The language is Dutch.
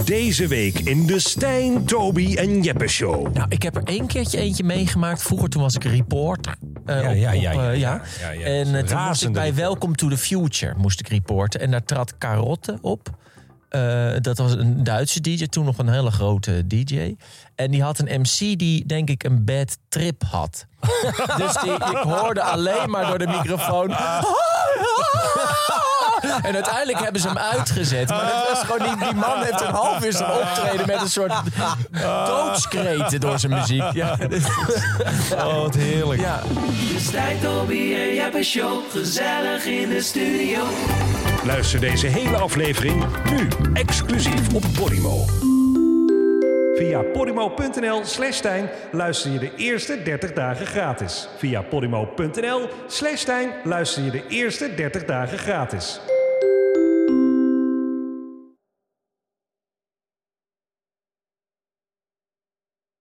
Deze week in de Stijn, Toby en Jeppe Show. Nou, ik heb er eentje meegemaakt. Vroeger toen was ik reporter. Ja. En toen moest ik bij Welcome to the Future moest ik reporten. En daar trad Carotte op. Dat was een Duitse DJ, toen nog een hele grote DJ. En die had een MC die, denk ik, een bad trip had. Dus ik hoorde alleen maar door de microfoon... En uiteindelijk hebben ze hem uitgezet. Maar dat was gewoon niet... Die man heeft een half uur zijn optreden met een soort doodskreten door zijn muziek. Ja. Oh, wat heerlijk. Ja. De Stijn, Toby en Jeppe Show, gezellig in de studio. Luister deze hele aflevering nu exclusief op Podimo. Via podimo.nl/Stijn luister je de eerste 30 dagen gratis. Via podimo.nl/Stijn luister je de eerste 30 dagen gratis.